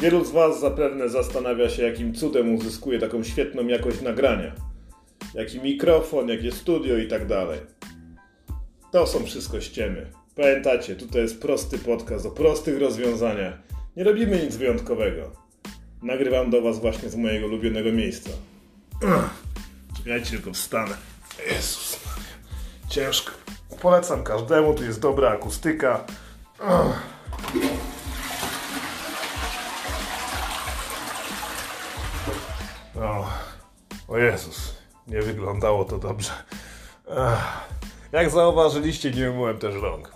Wielu z Was zapewne zastanawia się, jakim cudem uzyskuje taką świetną jakość nagrania. Jaki mikrofon, jakie studio i tak dalej. To są wszystko ściemy. Pamiętacie, tutaj jest prosty podcast o prostych rozwiązaniach. Nie robimy nic wyjątkowego. Nagrywam do Was właśnie z mojego ulubionego miejsca. Czekajcie, tylko wstanę. Jezus, ciężko. Polecam każdemu, tu jest dobra akustyka. O Jezus, nie wyglądało to dobrze. Jak zauważyliście, nie umyłem też rąk.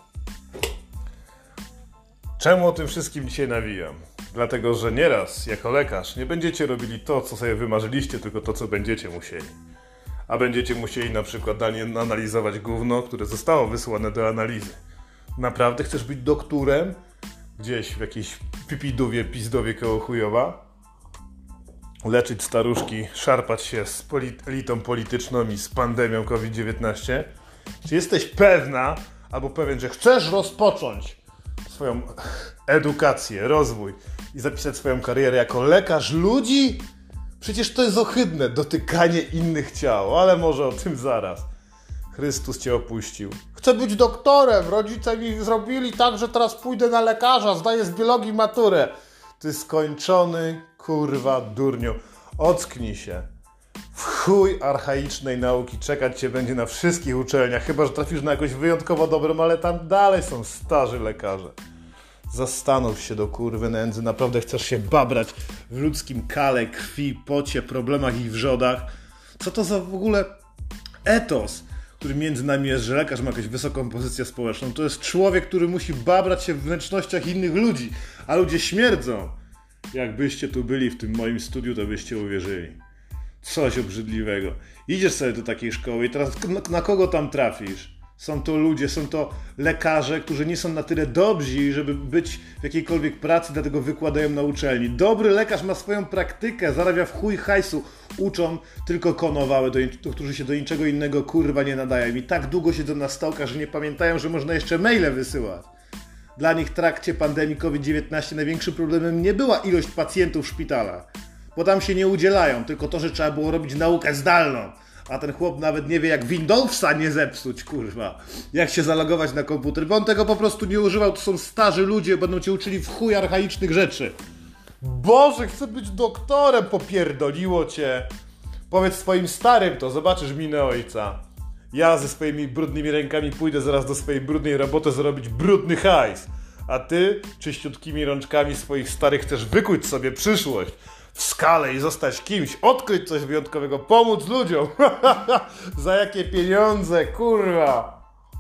Czemu o tym wszystkim dzisiaj nawijam? Dlatego, że nieraz, jako lekarz, nie będziecie robili to, co sobie wymarzyliście, tylko to, co będziecie musieli. A będziecie musieli na przykład analizować gówno, które zostało wysłane do analizy. Naprawdę chcesz być doktorem? Gdzieś w jakiejś pizdowie koło Chujowa? Leczyć staruszki, szarpać się z elitą polityczną i z pandemią COVID-19? Czy jesteś pewna, albo pewien, że chcesz rozpocząć swoją edukację, rozwój i zapisać swoją karierę jako lekarz ludzi? Przecież to jest ohydne, dotykanie innych ciał, ale może o tym zaraz. Chrystus cię opuścił. Chcę być doktorem, rodzice mi zrobili tak, że teraz pójdę na lekarza, zdaję z biologii maturę. Ty skończony, kurwa, durniu. Ocknij się. W chuj archaicznej nauki czekać cię będzie na wszystkich uczelniach, chyba że trafisz na jakąś wyjątkowo dobrą, ale tam dalej są starzy lekarze. Zastanów się do kurwy nędzy, naprawdę chcesz się babrać w ludzkim kale, krwi, pocie, problemach i wrzodach? Co to za w ogóle etos, który między nami jest, że lekarz ma jakąś wysoką pozycję społeczną? To jest człowiek, który musi babrać się w wnętrznościach innych ludzi, a ludzie śmierdzą. Jakbyście tu byli w tym moim studiu, to byście uwierzyli. Coś obrzydliwego. Idziesz sobie do takiej szkoły i teraz na kogo tam trafisz? Są to ludzie, są to lekarze, którzy nie są na tyle dobrzy, żeby być w jakiejkolwiek pracy, dlatego wykładają na uczelni. Dobry lekarz ma swoją praktykę, zarabia w chuj hajsu. Uczą tylko konowałe, którzy się do niczego innego kurwa nie nadają. I tak długo siedzą na stołkach, że nie pamiętają, że można jeszcze maile wysyłać. Dla nich w trakcie pandemii COVID-19 największym problemem nie była ilość pacjentów w szpitalach. Bo tam się nie udzielają, tylko to, że trzeba było robić naukę zdalną. A ten chłop nawet nie wie, jak Windowsa nie zepsuć, kurwa. Jak się zalogować na komputer, bo on tego po prostu nie używał. To są starzy ludzie, będą cię uczyli w chuj archaicznych rzeczy. Boże, chcę być doktorem, popierdoliło cię. Powiedz swoim starym to, zobaczysz minę ojca. Ja ze swoimi brudnymi rękami pójdę zaraz do swojej brudnej roboty zrobić brudny hajs. A ty czyściutkimi rączkami swoich starych chcesz wykuć sobie przyszłość w skale i zostać kimś, odkryć coś wyjątkowego, pomóc ludziom. Za jakie pieniądze, kurwa.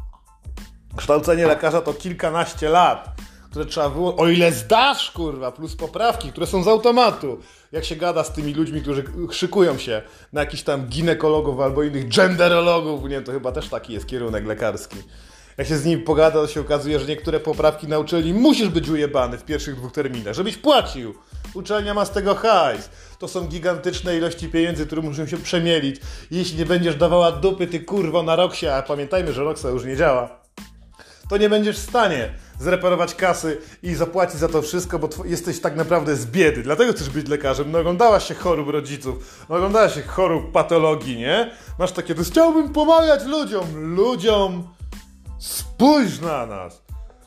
Kształcenie lekarza to kilkanaście lat, które trzeba wyłożyć. O ile zdasz, kurwa, plus poprawki, które są z automatu. Jak się gada z tymi ludźmi, którzy szykują się na jakichś tam ginekologów albo innych genderologów, nie, to chyba też taki jest kierunek lekarski. Jak się z nimi pogada, to się okazuje, że niektóre poprawki na uczelni musisz być ujebany w pierwszych 2 terminach, żebyś płacił. Uczelnia ma z tego hajs. To są gigantyczne ilości pieniędzy, które muszą się przemielić. I jeśli nie będziesz dawała dupy, ty kurwo, na Roxie, a pamiętajmy, że Roxa już nie działa, to nie będziesz w stanie zreperować kasy i zapłacić za to wszystko, bo jesteś tak naprawdę z biedy. Dlatego chcesz być lekarzem. No oglądałaś się chorób rodziców, no oglądałaś się chorób patologii, nie? Masz takie, to chciałbym pomagać ludziom. Spójrz na nas.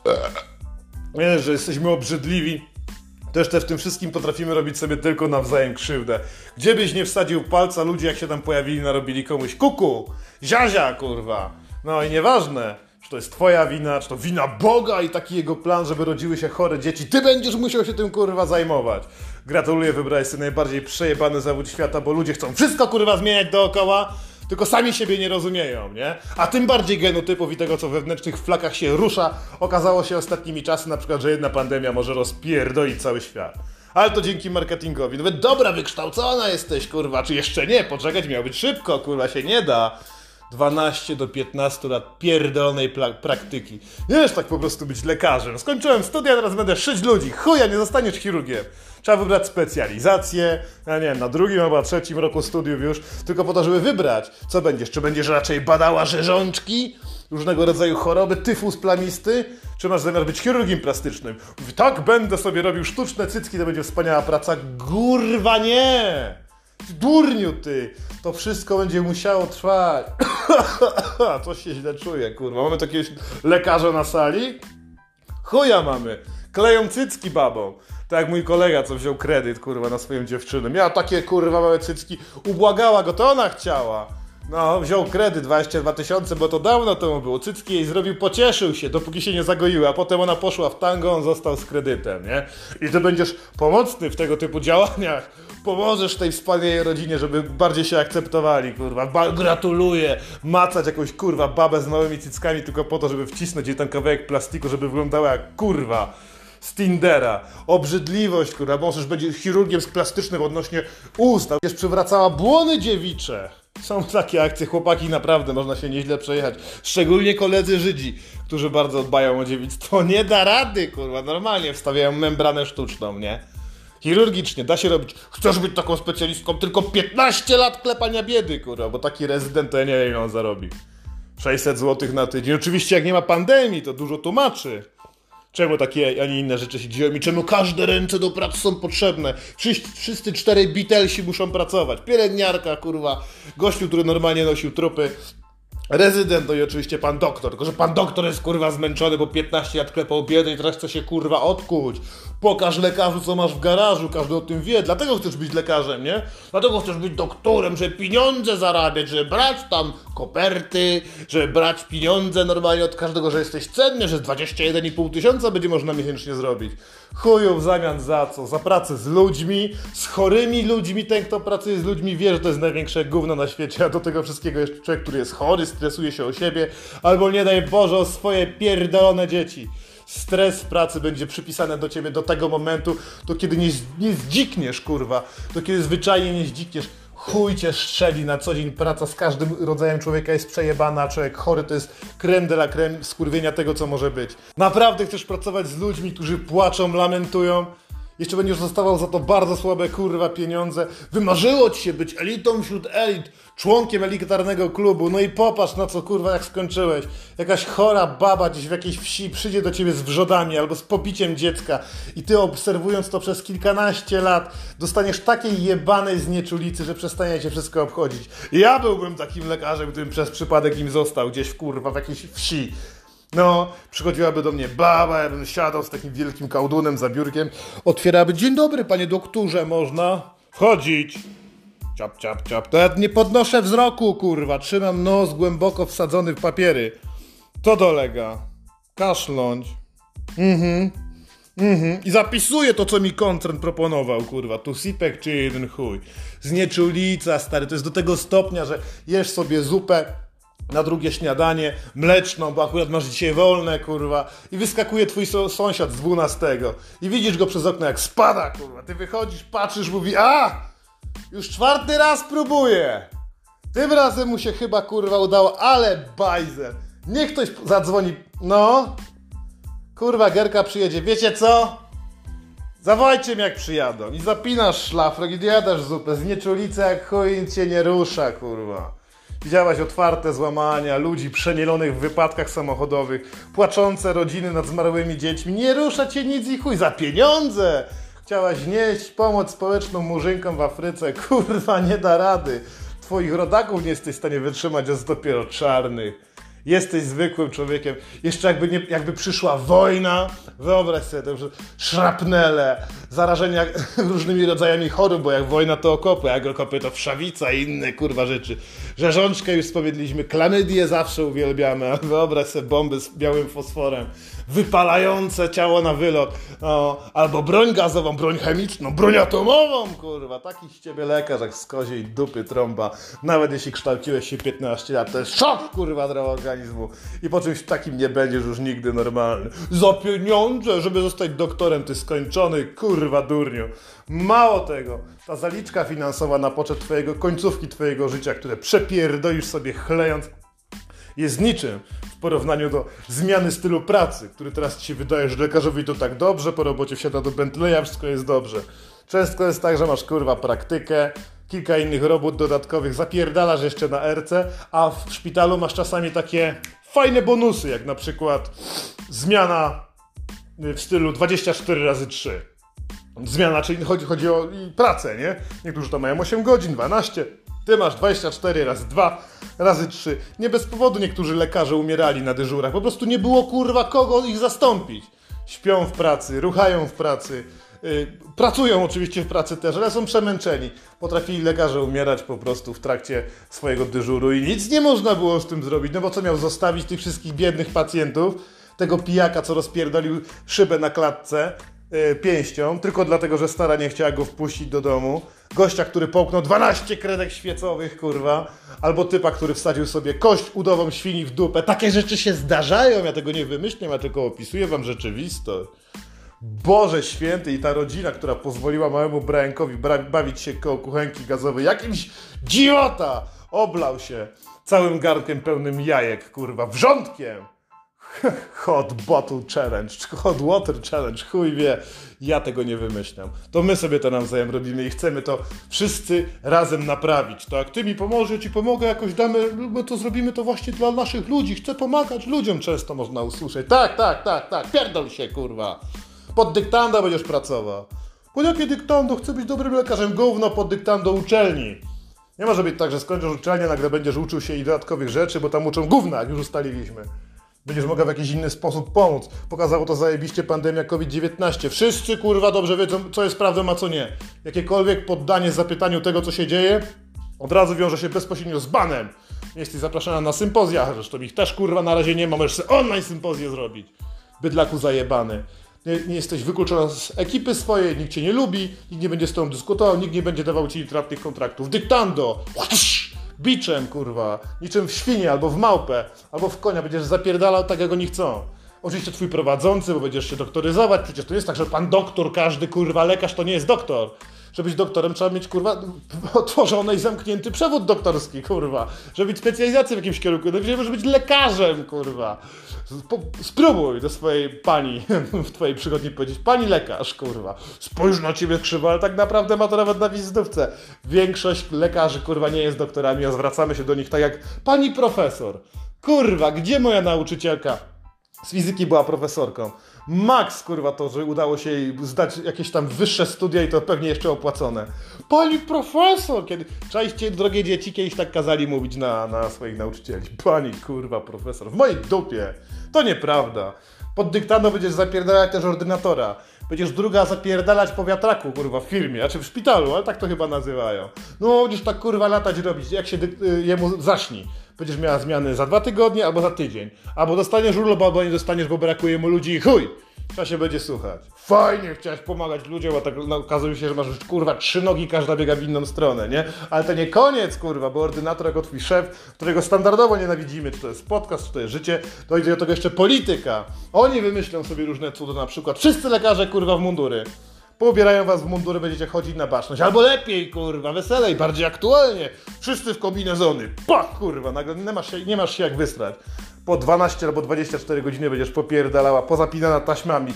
Wiesz, że jesteśmy obrzydliwi. To jeszcze w tym wszystkim potrafimy robić sobie tylko nawzajem krzywdę. Gdzie byś nie wsadził palca, ludzie jak się tam pojawili, narobili komuś kuku, ziazia, kurwa. No i nieważne, czy to jest twoja wina, czy to wina Boga i taki jego plan, żeby rodziły się chore dzieci. Ty będziesz musiał się tym, kurwa, zajmować. Gratuluję, wybrałeś sobie najbardziej przejebany zawód świata, bo ludzie chcą wszystko, kurwa, zmieniać dookoła, tylko sami siebie nie rozumieją, nie? A tym bardziej genotypów i tego, co we wewnętrznych flakach się rusza, okazało się ostatnimi czasy na przykład, że jedna pandemia może rozpierdolić cały świat. Ale to dzięki marketingowi. Nawet dobra, wykształcona jesteś, kurwa, czy jeszcze nie? Poczekać miał być szybko, kurwa, się nie da. 12 do 15 lat pierdolonej praktyki. Nie wiesz tak po prostu być lekarzem. Skończyłem studia, teraz będę szyć ludzi. Chuja, nie zostaniesz chirurgiem. Trzeba wybrać specjalizację, ja nie wiem, na 2. albo 3. roku studiów już, tylko po to, żeby wybrać, co będziesz. Czy będziesz raczej badała rzeżączki, różnego rodzaju choroby, tyfus plamisty, czy masz zamiar być chirurgiem plastycznym? Mówi, tak, będę sobie robił sztuczne cycki, to będzie wspaniała praca. Kurwa nie! Ty durniu ty! To wszystko będzie musiało trwać. Coś się źle czuje, kurwa. Mamy takiegoś lekarza na sali? Chuja mamy. Kleją cycki babą. Tak jak mój kolega, co wziął kredyt, kurwa, na swoją dziewczynę. Miała takie, kurwa, małe cycki. Ubłagała go, to ona chciała. No, wziął kredyt 22 000, bo to dawno temu było. Cycki jej zrobił, pocieszył się, dopóki się nie zagoiły, a potem ona poszła w tango, on został z kredytem, nie? I ty będziesz pomocny w tego typu działaniach. Pomożesz tej wspaniałej rodzinie, żeby bardziej się akceptowali, kurwa. Gratuluję. Macać jakąś, kurwa, babę z małymi cyckami tylko po to, żeby wcisnąć jej tam kawałek plastiku, żeby wyglądała jak, kurwa, z Tindera. Obrzydliwość, kurwa. Możesz być chirurgiem plastycznym odnośnie ust. Będziesz przywracała błony dziewicze. Są takie akcje, chłopaki, naprawdę można się nieźle przejechać. Szczególnie koledzy Żydzi, którzy bardzo dbają o dziewictwo. Nie da rady, kurwa. Normalnie wstawiają membranę sztuczną, nie? Chirurgicznie da się robić. Chcesz być taką specjalistką? Tylko 15 lat klepania biedy, kurwa. Bo taki rezydent to ja nie wiem, ile on zarobi. 600 zł na tydzień. Oczywiście jak nie ma pandemii, to dużo tłumaczy. Czemu takie, a nie inne rzeczy się dzieją i czemu każde ręce do pracy są potrzebne? Wszyscy 4 Beatlesi muszą pracować. Pielęgniarka, kurwa, gościu, który normalnie nosił trupy, rezydent, no i oczywiście pan doktor. Tylko że pan doktor jest, kurwa, zmęczony, bo 15 lat klepał biedę i teraz chce się, kurwa, odkuć. Pokaż lekarzu, co masz w garażu, każdy o tym wie. Dlatego chcesz być lekarzem, nie? Dlatego chcesz być doktorem, żeby pieniądze zarabiać, żeby brać tam koperty, żeby brać pieniądze normalnie od każdego, że jesteś cenny, że z 21,5 tysiąca będzie można miesięcznie zrobić. Chuju w zamian za co? Za pracę z ludźmi, z chorymi ludźmi. Ten, kto pracuje z ludźmi, wie, że to jest największe gówno na świecie, a do tego wszystkiego jest człowiek, który jest chory, stresuje się o siebie, albo nie daj Boże o swoje pierdolone dzieci. Stres w pracy będzie przypisany do ciebie do tego momentu, to kiedy nie zdzikniesz, kurwa, to kiedy zwyczajnie nie zdzikniesz. Chuj cię strzeli na co dzień, praca z każdym rodzajem człowieka jest przejebana, człowiek chory to jest crème de la crème skurwienia tego, co może być. Naprawdę chcesz pracować z ludźmi, którzy płaczą, lamentują? Jeszcze będziesz dostawał za to bardzo słabe, kurwa, pieniądze. Wymarzyło ci się być elitą wśród elit, członkiem elitarnego klubu. No i popatrz na co, kurwa, jak skończyłeś. Jakaś chora baba gdzieś w jakiejś wsi przyjdzie do ciebie z wrzodami albo z pobiciem dziecka i ty, obserwując to przez kilkanaście lat, dostaniesz takiej jebanej znieczulicy, że przestanie cię wszystko obchodzić. Ja byłbym takim lekarzem, którym przez przypadek im został gdzieś, kurwa, w jakiejś wsi. No, przychodziłaby do mnie baba, ja bym siadał z takim wielkim kałdunem za biurkiem, otwierałaby, dzień dobry, panie doktorze, można wchodzić? Ciap, ciap, ciap. Nawet nie podnoszę wzroku, kurwa, trzymam nos głęboko wsadzony w papiery. To dolega. Kaszląć. I zapisuję to, co mi koncern proponował, kurwa. Tu sipek czy jeden chuj. Znieczulica, stary, to jest do tego stopnia, że jesz sobie zupę na drugie śniadanie, mleczną, bo akurat masz dzisiaj wolne, kurwa, i wyskakuje twój sąsiad z 12 i widzisz go przez okno, jak spada, kurwa, ty wychodzisz, patrzysz, mówi, już 4. raz próbuję, tym razem mu się chyba, kurwa, udało, ale bajzel, niech ktoś zadzwoni, no, kurwa, Gerka przyjedzie, wiecie co? Zawołajcie mnie, jak przyjadą i zapinasz szlafrok i jadasz zupę, znieczulica jak chuj, nic cię nie rusza, kurwa. Widziałaś otwarte złamania, ludzi przenielonych w wypadkach samochodowych, płaczące rodziny nad zmarłymi dziećmi. Nie rusza cię nic i chuj, za pieniądze! Chciałaś nieść pomoc społeczną murzynkom w Afryce. Kurwa, nie da rady. Twoich rodaków nie jesteś w stanie wytrzymać, a jest dopiero czarnych. Jesteś zwykłym człowiekiem. Jeszcze jakby przyszła wojna, wyobraź sobie to, że szrapnele, zarażenia różnymi rodzajami chorób, bo jak wojna to okopy, jak okopy to wszawica i inne kurwa rzeczy. Rzeżączkę już spowiedliśmy, klamydię zawsze uwielbiamy, a wyobraź sobie bomby z białym fosforem, wypalające ciało na wylot, no, albo broń gazową, broń chemiczną, broń atomową, kurwa. Taki z ciebie lekarz jak z koziej dupy trąba, nawet jeśli kształciłeś się 15 lat, to jest szok, kurwa, dla organizmu. I po czymś takim nie będziesz już nigdy normalny. Za pieniądze, żeby zostać doktorem, ty skończony, kurwa, durniu. Mało tego, ta zaliczka finansowa na poczet końcówki twojego życia, które przepierdolisz sobie chlejąc, jest niczym w porównaniu do zmiany stylu pracy, który teraz ci się wydaje, że lekarzowi to tak dobrze, po robocie wsiada do Bentleya, wszystko jest dobrze. Często jest tak, że masz, kurwa, praktykę, kilka innych robót dodatkowych, zapierdalasz jeszcze na erce, a w szpitalu masz czasami takie fajne bonusy, jak na przykład zmiana w stylu 24x3. Zmiana, czyli chodzi o pracę, nie? Niektórzy tam mają 8 godzin, 12. Ty masz 24 razy 2 razy 3. Nie bez powodu niektórzy lekarze umierali na dyżurach. Po prostu nie było kurwa kogo ich zastąpić. Śpią w pracy, ruchają w pracy, pracują oczywiście w pracy też, ale są przemęczeni. Potrafili lekarze umierać po prostu w trakcie swojego dyżuru i nic nie można było z tym zrobić. No bo co miał zostawić tych wszystkich biednych pacjentów? Tego pijaka, co rozpierdolił szybę na klatce pięścią, tylko dlatego, że stara nie chciała go wpuścić do domu. Gościa, który połknął 12 kredek świecowych, kurwa. Albo typa, który wsadził sobie kość udową świni w dupę. Takie rzeczy się zdarzają, ja tego nie wymyślam, ja tylko opisuję wam rzeczywistość. Boże święty, i ta rodzina, która pozwoliła małemu Briankowi bawić się koło kuchenki gazowej, jakimś dziwota oblał się całym garnkiem pełnym jajek, kurwa, wrzątkiem. Hot Bottle Challenge, Hot Water Challenge, chuj wie, ja tego nie wymyślam. To my sobie to nawzajem robimy i chcemy to wszyscy razem naprawić. To jak ty mi pomożesz, ja ci pomogę, jakoś damy, my to zrobimy to właśnie dla naszych ludzi. Chcę pomagać ludziom, często można usłyszeć. Tak, pierdol się, kurwa. Pod dyktando będziesz pracował. Po jakie dyktando? Chcę być dobrym lekarzem, gówno pod dyktando uczelni. Nie może być tak, że skończysz uczelnię, nagle będziesz uczył się i dodatkowych rzeczy, bo tam uczą gówna, jak już ustaliliśmy. Będziesz mogła w jakiś inny sposób pomóc. Pokazało to zajebiście pandemia COVID-19. Wszyscy, kurwa, dobrze wiedzą, co jest prawdą, a co nie. Jakiekolwiek poddanie zapytaniu tego, co się dzieje, od razu wiąże się bezpośrednio z banem. Jesteś zapraszana na sympozja, zresztą ich też, kurwa, na razie nie ma. Możesz sobie online sympozję zrobić. Bydlaku zajebany. Nie jesteś wykluczona z ekipy swojej, nikt cię nie lubi, nikt nie będzie z tobą dyskutował, nikt nie będzie dawał ci intratnych kontraktów. Dyktando! Biczem, kurwa, niczym w świnie, albo w małpę, albo w konia będziesz zapierdalał tak, jak oni chcą. Oczywiście twój prowadzący, bo będziesz się doktoryzować, przecież to nie jest tak, że pan doktor, każdy, kurwa, lekarz to nie jest doktor. Żeby być doktorem trzeba mieć, kurwa, otworzony i zamknięty przewód doktorski, kurwa. Żeby mieć specjalizację w jakimś kierunku, żeby być lekarzem, kurwa. Spróbuj do swojej pani w twojej przychodni powiedzieć, pani lekarz, kurwa, spójrz na ciebie krzywo, ale tak naprawdę ma to nawet na wizytówce. Większość lekarzy, kurwa, nie jest doktorami, a zwracamy się do nich tak jak pani profesor. Kurwa, gdzie moja nauczycielka z fizyki była profesorką? Max, kurwa, to, że udało się jej zdać jakieś tam wyższe studia i to pewnie jeszcze opłacone. Pani profesor! Czaiście, drogie dzieci, kiedyś tak kazali mówić na swoich nauczycieli. Pani, kurwa, profesor. W mojej dupie. To nieprawda. Pod dyktando będziesz zapierdalać też ordynatora. Będziesz druga zapierdalać po wiatraku, kurwa, w firmie, czy w szpitalu, ale tak to chyba nazywają. No, będziesz tak, kurwa, latać robić, jak się jemu zaśni. Będziesz miała zmiany za 2 tygodnie albo za tydzień. Albo dostaniesz urlop, albo nie dostaniesz, bo brakuje mu ludzi i chuj! Trzeba się będzie słuchać. Fajnie, chciałeś pomagać ludziom, a tak okazuje się, że masz już, kurwa, 3 nogi, każda biega w inną stronę, nie? Ale to nie koniec, kurwa, bo ordynator jako twój szef, którego standardowo nienawidzimy, czy to jest podcast, czy to jest życie, dojdzie do tego jeszcze polityka. Oni wymyślą sobie różne cuda, na przykład wszyscy lekarze, kurwa, w mundury. Poubierają was w mundury, będziecie chodzić na baczność. Albo lepiej, kurwa, weselej, bardziej aktualnie. Wszyscy w kombinezony. Pach, kurwa, nagle nie masz się jak wystrać. Po 12 albo 24 godziny będziesz popierdalała, pozapinana taśmami,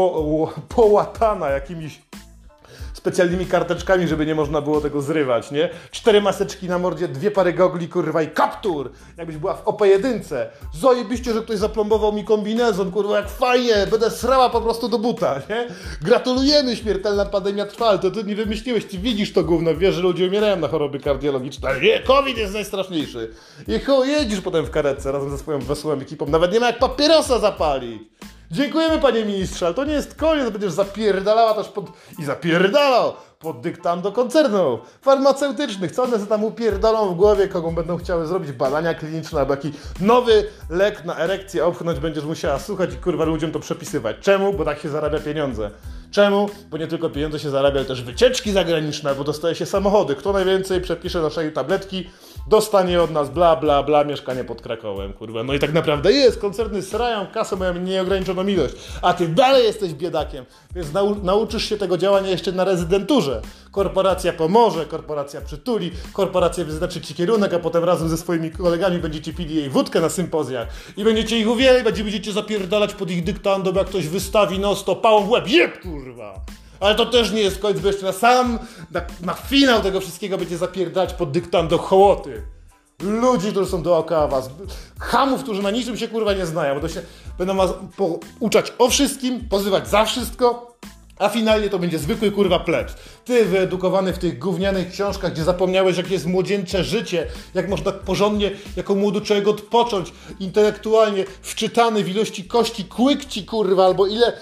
połatana jakimiś specjalnymi karteczkami, żeby nie można było tego zrywać, nie? 4 maseczki na mordzie, 2 pary gogli, kurwa, i kaptur! Jakbyś była w OP1. Zajebiście, że ktoś zaplombował mi kombinezon, kurwa, jak fajnie! Będę srała po prostu do buta, nie? Gratulujemy, śmiertelna pandemia trwa, ale to ty nie wymyśliłeś, ty widzisz to gówno, wiesz, że ludzie umierają na choroby kardiologiczne, ale nie, COVID jest najstraszniejszy! I jedziesz potem w karetce razem ze swoją wesołą ekipą, nawet nie ma jak papierosa zapalić! Dziękujemy, panie ministrze, ale to nie jest koniec, będziesz zapierdalała też i zapierdalał pod dyktando koncernów farmaceutycznych. Co one sobie tam upierdolą w głowie, kogo będą chciały zrobić badania kliniczne, albo jaki nowy lek na erekcję opchnąć będziesz musiała słuchać i, kurwa, ludziom to przepisywać. Czemu? Bo tak się zarabia pieniądze. Czemu? Bo nie tylko pieniądze się zarabia, ale też wycieczki zagraniczne, bo dostaje się samochody. Kto najwięcej przepisze naszej tabletki, dostanie od nas bla, bla, bla, mieszkanie pod Krakowem, kurwa. No i tak naprawdę jest, koncerny srają kasę, mają nieograniczoną ilość, a ty dalej jesteś biedakiem, więc nauczysz się tego działania jeszcze na rezydenturze. Korporacja pomoże, korporacja przytuli, korporacja wyznaczy ci kierunek, a potem razem ze swoimi kolegami będziecie pili jej wódkę na sympozjach i będziecie ich uwielbiać i będziecie zapierdalać pod ich dyktando, bo jak ktoś wystawi nos, to pałą w łeb, jeb, kurwa! Ale to też nie jest koniec, bo jeszcze na finał tego wszystkiego będzie zapierdalać pod dyktando hołoty. ludzi, którzy są dookoła was, chamów, którzy na niczym się kurwa nie znają, bo to się będą was pouczać o wszystkim, pozywać za wszystko, a finalnie to będzie zwykły kurwa plebs. Ty wyedukowany w tych gównianych książkach, gdzie zapomniałeś, jakie jest młodzieńcze życie, jak można porządnie jako młody człowiek odpocząć, intelektualnie wczytany w ilości kości kłykci kurwa, albo ile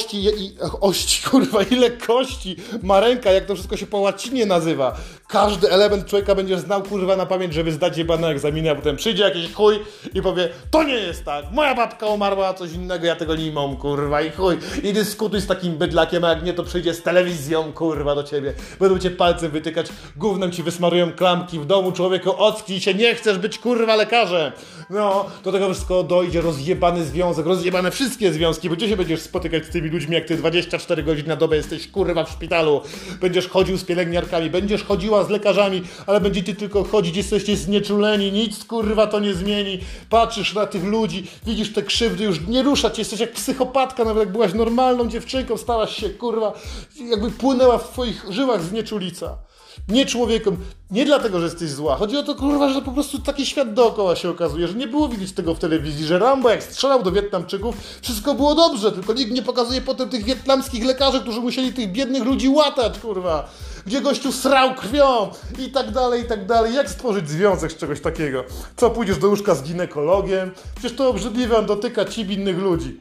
ile kości ma ręka, jak to wszystko się po łacinie nazywa. Każdy element człowieka będziesz znał kurwa na pamięć, żeby zdać jebane egzaminy, a potem przyjdzie jakiś chuj i powie, to nie jest tak, moja babka umarła, coś innego, ja tego nie mam kurwa i chuj. I dyskutuj z takim bydlakiem, a jak nie to przyjdzie z telewizją kurwa do ciebie. Będą cię palcem wytykać, gównem ci wysmarują klamki w domu, człowieku ocknij się, nie chcesz być kurwa lekarzem. No, do tego wszystko dojdzie rozjebany związek, rozjebane wszystkie związki, bo gdzie się będziesz spotykać z tymi ludźmi, jak ty 24 godziny na dobę jesteś kurwa w szpitalu, będziesz chodził z pielęgniarkami, będziesz chodziła z lekarzami, ale będziecie tylko chodzić, jesteście znieczuleni, nic kurwa to nie zmieni, patrzysz na tych ludzi, widzisz te krzywdy, już nie ruszać, jesteś jak psychopatka, nawet jak byłaś normalną dziewczynką, stałaś się kurwa, jakby płynęła w twoich żyłach znieczulica. Nie człowiekom, nie dlatego, że jesteś zła. Chodzi o to, kurwa, że po prostu taki świat dookoła się okazuje, że nie było widać tego w telewizji, że Rambo jak strzelał do Wietnamczyków, wszystko było dobrze, tylko nikt nie pokazuje potem tych wietnamskich lekarzy, którzy musieli tych biednych ludzi łatać, kurwa. Gdzie gościu srał krwią i tak dalej, i tak dalej. Jak stworzyć związek z czegoś takiego? Co, pójdziesz do łóżka z ginekologiem? Przecież to obrzydliwe, on dotyka ciebie innych ludzi.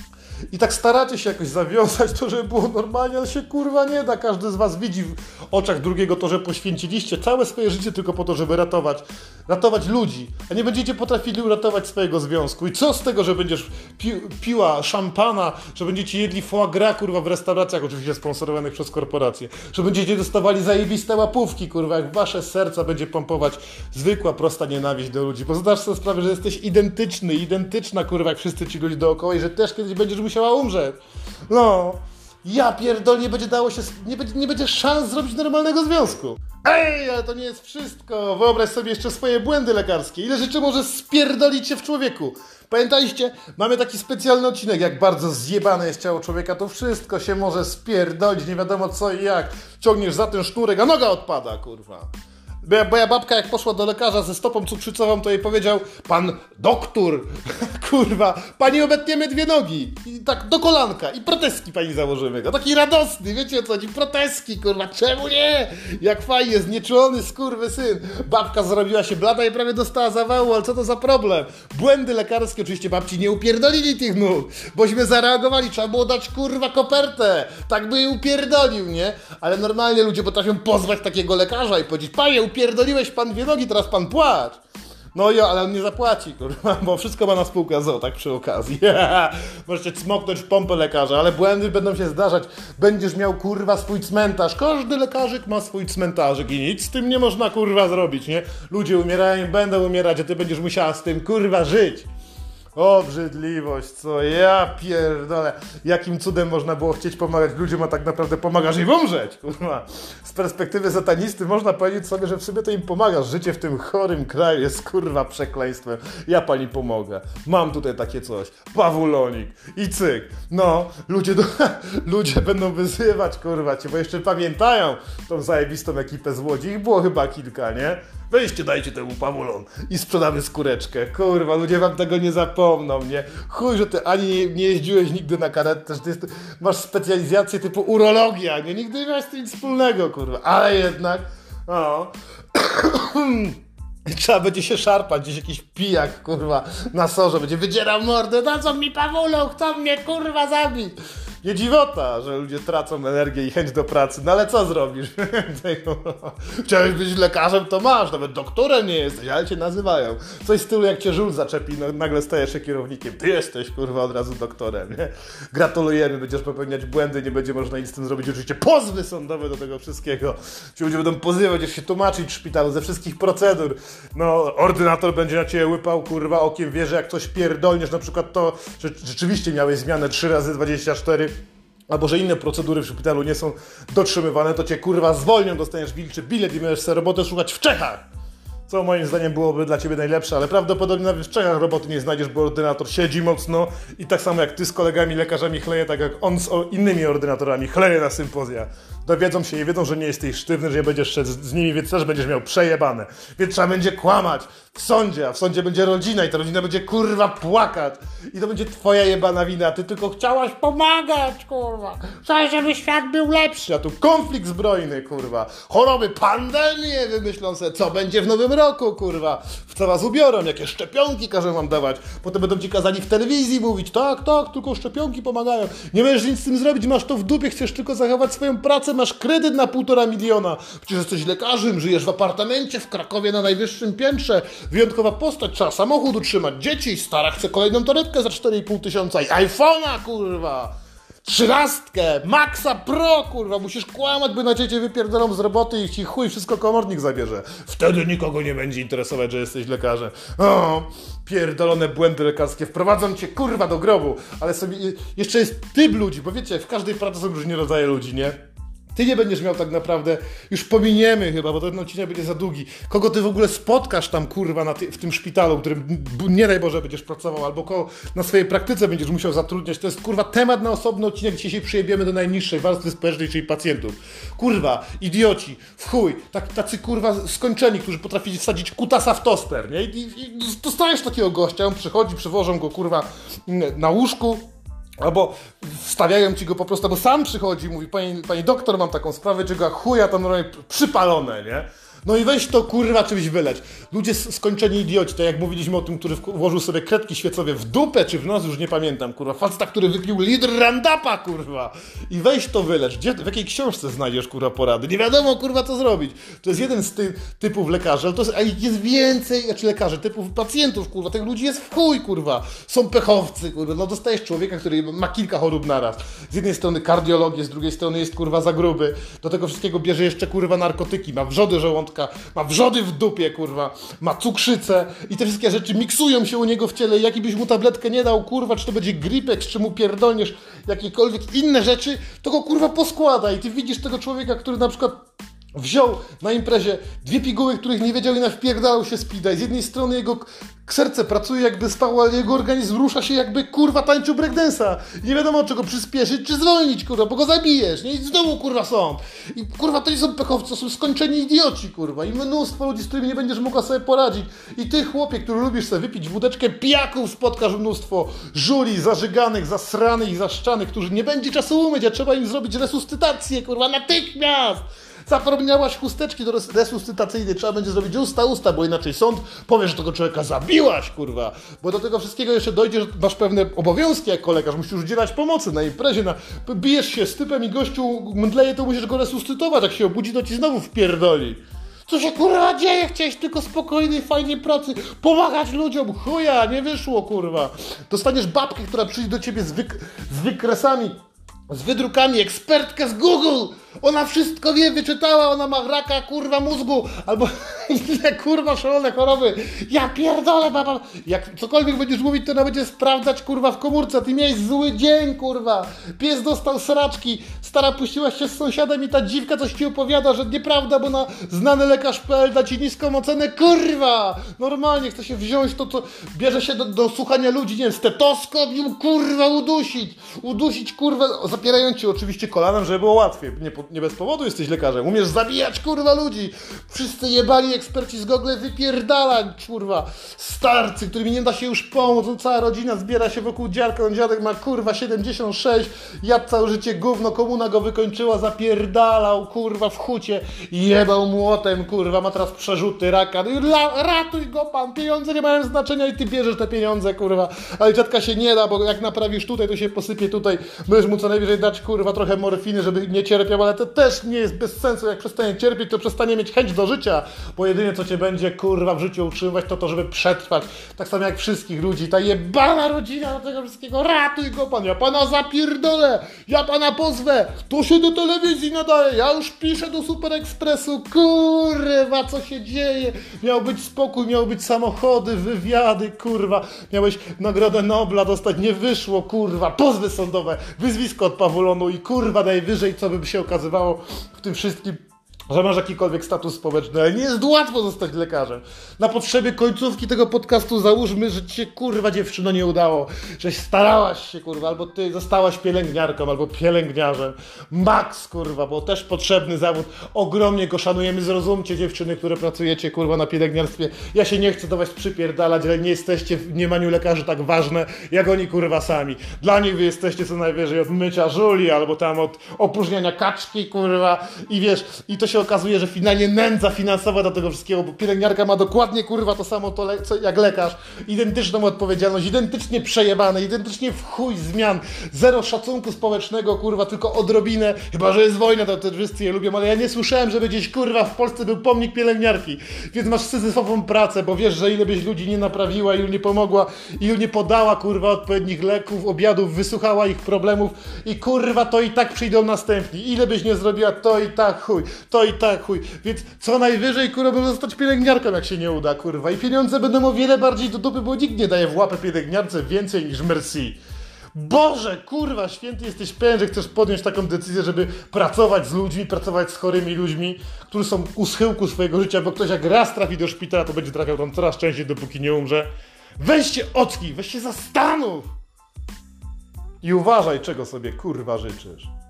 I tak staracie się jakoś zawiązać to, żeby było normalnie, ale się kurwa nie da. Każdy z was widzi w oczach drugiego to, że poświęciliście całe swoje życie tylko po to, żeby ratować ludzi, a nie będziecie potrafili uratować swojego związku. I co z tego, że będziesz piła szampana, że będziecie jedli foie gras, kurwa, w restauracjach, oczywiście sponsorowanych przez korporacje, że będziecie dostawali zajebiste łapówki, kurwa, jak wasze serca będzie pompować zwykła, prosta nienawiść do ludzi. Bo zdasz sobie sprawę, że jesteś identyczna, kurwa, jak wszyscy ci ludzie dookoła i że też kiedyś będziesz musiała umrzeć. No, ja pierdolę, nie będzie dało się, nie będzie szans zrobić normalnego związku. Ej, ale to nie jest wszystko. Wyobraź sobie jeszcze swoje błędy lekarskie. Ile rzeczy może spierdolić się w człowieku. Pamiętajcie, mamy taki specjalny odcinek, jak bardzo zjebane jest ciało człowieka, to wszystko się może spierdolić, nie wiadomo co i jak. Ciągniesz za ten sznurek, a noga odpada, kurwa. Moja babka jak poszła do lekarza ze stopą cukrzycową, to jej powiedział, pan doktor, kurwa, pani obetniemy 2 nogi. I tak do kolanka. I proteski pani założymy. No taki radosny, wiecie o co chodzi? Proteski, kurwa, czemu nie? Jak fajnie, znieczulony skurwysyn. Babka zrobiła się blada i prawie dostała zawału, ale co to za problem? Błędy lekarskie, oczywiście babci nie upierdolili tych nóg, bośmy zareagowali, trzeba było dać kurwa kopertę. Tak by jej upierdolił, nie? Ale normalnie ludzie potrafią pozwać takiego lekarza i powiedzieć, panie, upierdoliłeś pan 2 nogi, teraz pan płacz. No ja, ale on nie zapłaci, kurwa, bo wszystko ma na spółkę ZOO, tak przy okazji. Możecie cmoknąć w pompę lekarza, ale błędy będą się zdarzać. Będziesz miał, kurwa, swój cmentarz. Każdy lekarzyk ma swój cmentarzyk i nic z tym nie można, kurwa, zrobić, nie? Ludzie umierają, będą umierać, a ty będziesz musiała z tym, kurwa, żyć. Obrzydliwość, co ja pierdolę. Jakim cudem można było chcieć pomagać ludziom, a tak naprawdę pomagasz im umrzeć, kurwa. Z perspektywy satanisty można powiedzieć sobie, że w sobie to im pomagasz. Życie w tym chorym kraju jest, kurwa, przekleństwem. Ja pani pomogę. Mam tutaj takie coś. Pawulonik i cyk. No, ludzie będą wyzywać, kurwa, cię, bo jeszcze pamiętają tą zajebistą ekipę z Łodzi. Ich było chyba kilka, nie? Weźcie, dajcie temu Pawulon i sprzedamy skóreczkę. Kurwa, ludzie wam tego nie zapomną, nie? Chuj, że ty ani nie jeździłeś nigdy na karetce, że ty masz specjalizację typu urologia, nie? Nigdy nie miałeś z tym nic wspólnego, kurwa. Ale jednak, no... Trzeba będzie się szarpać, gdzieś jakiś pijak, kurwa, na sorze będzie wydzierał mordę, dadzą mi Pawulą, chcą mnie, kurwa, zabić. Nie dziwota, że ludzie tracą energię i chęć do pracy, no ale co zrobisz? Chciałeś być lekarzem, to masz, nawet doktorem nie jesteś, ale cię nazywają. Coś w stylu jak cię żul zaczepi, no, nagle stajesz się kierownikiem, ty jesteś, kurwa, od razu doktorem, nie? Gratulujemy, będziesz popełniać błędy, nie będzie można nic z tym zrobić, oczywiście pozwy sądowe do tego wszystkiego. Ci ludzie będą pozywać, będziesz się tłumaczyć w szpitalu ze wszystkich procedur. No, ordynator będzie na ciebie łypał, kurwa, okiem, wie, że jak coś pierdolniesz, na przykład to, że rzeczywiście miałeś zmianę 3x24, albo że inne procedury w szpitalu nie są dotrzymywane, to cię, kurwa, zwolnią, dostaniesz wilczy bilet i będziesz sobie robotę szukać w Czechach. Co moim zdaniem byłoby dla ciebie najlepsze, ale prawdopodobnie nawet w Czechach roboty nie znajdziesz, bo ordynator siedzi mocno i tak samo jak ty z kolegami lekarzami chleje, tak jak on z innymi ordynatorami chleje na sympozja. dowiedzą się i wiedzą, że nie jesteś sztywny, że nie będziesz szedł z nimi, więc też będziesz miał przejebane. Więc trzeba będzie kłamać w sądzie, a w sądzie będzie rodzina i ta rodzina będzie kurwa płakać. I to będzie twoja jebana wina, ty tylko chciałaś pomagać, kurwa. Chciałaś, żeby świat był lepszy, a tu konflikt zbrojny, kurwa. Choroby, pandemie wymyślą sobie, co będzie w nowym roku, kurwa. W co was ubiorą, jakie szczepionki każą wam dawać. Potem będą ci kazali w telewizji mówić, tak, tylko szczepionki pomagają. Nie możesz nic z tym zrobić, masz to w dupie, chcesz tylko zachować swoją pracę, masz kredyt na 1,5 miliona. Przecież jesteś lekarzem, żyjesz w apartamencie w Krakowie na najwyższym piętrze. Wyjątkowa postać, trzeba samochód utrzymać, dzieci, stara chce kolejną torebkę za 4,5 tysiąca i iPhone'a, kurwa. 13, Maxa Pro, kurwa, musisz kłamać, by na ciebie wypierdolą z roboty i ci chuj wszystko komornik zabierze. Wtedy nikogo nie będzie interesować, że jesteś lekarzem. O, pierdolone błędy lekarskie wprowadzą cię, kurwa, do grobu. Ale sobie, jeszcze jest typ ludzi, bo wiecie, w każdej pracy są różni rodzaje ludzi, nie? Ty nie będziesz miał tak naprawdę, już pominiemy chyba, bo ten odcinek będzie za długi, kogo ty w ogóle spotkasz tam, kurwa, w tym szpitalu, w którym, nie daj Boże, będziesz pracował, albo kogo na swojej praktyce będziesz musiał zatrudniać. To jest, kurwa, temat na osobny odcinek, dzisiaj się przyjebiemy do najniższej warstwy społecznej, czyli pacjentów. Kurwa, idioci, w chuj, tacy, kurwa, skończeni, którzy potrafili wsadzić kutasa w toster, nie? I dostajesz takiego gościa, on przychodzi, przywożą go, kurwa, na łóżku, albo wstawiają ci go po prostu, bo sam przychodzi i mówi, pani doktor, mam taką sprawę, czego jak chuja tam normalnie przypalone, nie? No i weź to, kurwa, czymś wyleć. Ludzie skończeni idioci, tak jak mówiliśmy o tym, który włożył sobie kredki świecowe w dupę czy w nos, już nie pamiętam, kurwa. Faceta, który wypił litr Roundupa, kurwa. I weź to wylecz. W jakiej książce znajdziesz, kurwa, porady? Nie wiadomo, kurwa, co zrobić. To jest jeden z typów lekarzy, ale jest więcej, znaczy lekarzy, typów pacjentów, kurwa. Tych ludzi jest w chuj, kurwa. Są pechowcy, kurwa. No dostajesz człowieka, który ma kilka chorób naraz. Z jednej strony kardiologię, z drugiej strony jest, kurwa, za gruby. Do tego wszystkiego bierze jeszcze, kurwa, narkotyki. Ma wrzody żołądka, ma wrzody w dupie, kurwa, ma cukrzycę i te wszystkie rzeczy miksują się u niego w ciele. Jaki byś mu tabletkę nie dał, kurwa, czy to będzie Gripex, czy mu pierdolniesz jakiekolwiek inne rzeczy, to go, kurwa, poskłada. I ty widzisz tego człowieka, który na przykład wziął na imprezie 2 piguły, których nie wiedział i nawpierdalał się speeda. I z jednej strony jego serce pracuje jakby spało, ale jego organizm rusza się jakby, kurwa, tańczył breakdance'a. Nie wiadomo, czego przyspieszyć, czy zwolnić, kurwa, bo go zabijesz, nie? I znowu, kurwa, są. I, kurwa, to nie są pechowcy, to są skończeni idioci, kurwa. I mnóstwo ludzi, z którymi nie będziesz mogła sobie poradzić. I ty, chłopie, który lubisz sobie wypić wódeczkę, pijaków spotkasz mnóstwo żuli, zażyganych, zasranych i zaszczanych, którzy nie będzie czasu umyć, a trzeba im zrobić resuscytację, kurwa, natychmiast! Zapomniałaś chusteczki do resuscytacyjnej, trzeba będzie zrobić usta, bo inaczej sąd powie, że tego człowieka zabiłaś, kurwa. Bo do tego wszystkiego jeszcze dojdzie, że masz pewne obowiązki jak lekarz, musisz udzielać pomocy na imprezie, bijesz się z typem i gościu mdleje, to musisz go resuscytować, jak się obudzi, to ci znowu wpierdoli. Co się, kurwa, dzieje? Chciałeś tylko spokojnej, fajnej pracy, pomagać ludziom, chuja, nie wyszło, kurwa. Dostaniesz babkę, która przyjdzie do ciebie z wykresami, z wydrukami, ekspertkę z Google. Ona wszystko wie, wyczytała, ona ma raka, kurwa, mózgu, albo inne, kurwa, szalone choroby. Ja pierdolę, baba. Jak cokolwiek będziesz mówić, to ona będzie sprawdzać, kurwa, w komórce. Ty miałeś zły dzień, kurwa. Pies dostał sraczki, stara puściłaś się z sąsiadem i ta dziwka coś ci opowiada, że nieprawda, bo na znanylekarz.pl da ci niską ocenę, kurwa. Normalnie chce się wziąć to, co bierze się do słuchania ludzi, nie wiem, stetoskop i kurwa, udusić, kurwa, zapierając ci oczywiście kolanem, żeby było łatwiej. Nie bez powodu jesteś lekarzem. Umiesz zabijać, kurwa, ludzi. Wszyscy jebali eksperci z Google wypierdalać, kurwa. Starcy, którymi nie da się już pomóc. Cała rodzina zbiera się wokół dziadka. On dziadek ma, kurwa, 76. Jadł całe życie gówno. Komuna go wykończyła. Zapierdalał, kurwa, w hucie. Jebał młotem, kurwa. Ma teraz przerzuty, raka. Ratuj go, pan. Pieniądze nie mają znaczenia i ty bierzesz te pieniądze, kurwa. Ale dziadka się nie da, bo jak naprawisz tutaj, to się posypie tutaj. Możesz mu co najwyżej dać, kurwa, trochę morfiny, żeby nie cierpiał, ale to też nie jest bez sensu. Jak przestanie cierpieć, to przestanie mieć chęć do życia, bo jedynie co cię będzie, kurwa, w życiu utrzymywać, to żeby przetrwać. Tak samo jak wszystkich ludzi. Ta jebana rodzina do tego wszystkiego. Ratuj go, pan. Ja pana zapierdolę. Ja pana pozwę. To się do telewizji nadaje. Ja już piszę do Super Expressu. Kurwa, co się dzieje? Miał być spokój, miały być samochody, wywiady, kurwa. Miałeś Nagrodę Nobla dostać, nie wyszło, kurwa. Pozwy sądowe, wyzwisko od Pawulonu i kurwa najwyżej, co by się okazywało w tym wszystkim. że masz jakikolwiek status społeczny, ale nie jest łatwo zostać lekarzem. Na potrzeby końcówki tego podcastu załóżmy, że ci się kurwa dziewczyno nie udało, żeś starałaś się kurwa, albo ty zostałaś pielęgniarką, albo pielęgniarzem. Max kurwa, bo też potrzebny zawód. Ogromnie go szanujemy, zrozumcie dziewczyny, które pracujecie kurwa na pielęgniarstwie. Ja się nie chcę do was przypierdalać, ale nie jesteście w mniemaniu lekarzy tak ważne, jak oni kurwa sami. Dla nich wy jesteście co najwyżej od mycia żuli, albo tam od opróżniania kaczki kurwa i wiesz, i to się okazuje, że finalnie nędza finansowa do tego wszystkiego, bo pielęgniarka ma dokładnie kurwa to samo co jak lekarz, identyczną odpowiedzialność, identycznie przejebane, identycznie w chuj zmian, zero szacunku społecznego kurwa, tylko odrobinę, chyba że jest wojna, to wszyscy je lubią, ale ja nie słyszałem, żeby gdzieś kurwa w Polsce był pomnik pielęgniarki, więc masz syzyfową pracę, bo wiesz, że ile byś ludzi nie naprawiła, ilu nie pomogła, ilu nie podała kurwa odpowiednich leków, obiadów, wysłuchała ich problemów i kurwa to i tak przyjdą następni, ile byś nie zrobiła, to i tak chuj, to i tak chuj, więc co najwyżej kurwa może zostać pielęgniarką, jak się nie uda kurwa i pieniądze będą o wiele bardziej do dupy, bo nikt nie daje w łapę pielęgniarce więcej niż merci. Boże, kurwa, święty jesteś pewien, że chcesz podjąć taką decyzję, żeby pracować z ludźmi, pracować z chorymi ludźmi, którzy są u schyłku swojego życia, bo ktoś jak raz trafi do szpitala, to będzie trafiał tam coraz częściej, dopóki nie umrze. Weź się ocknij, weź się zastanów i uważaj, czego sobie kurwa życzysz.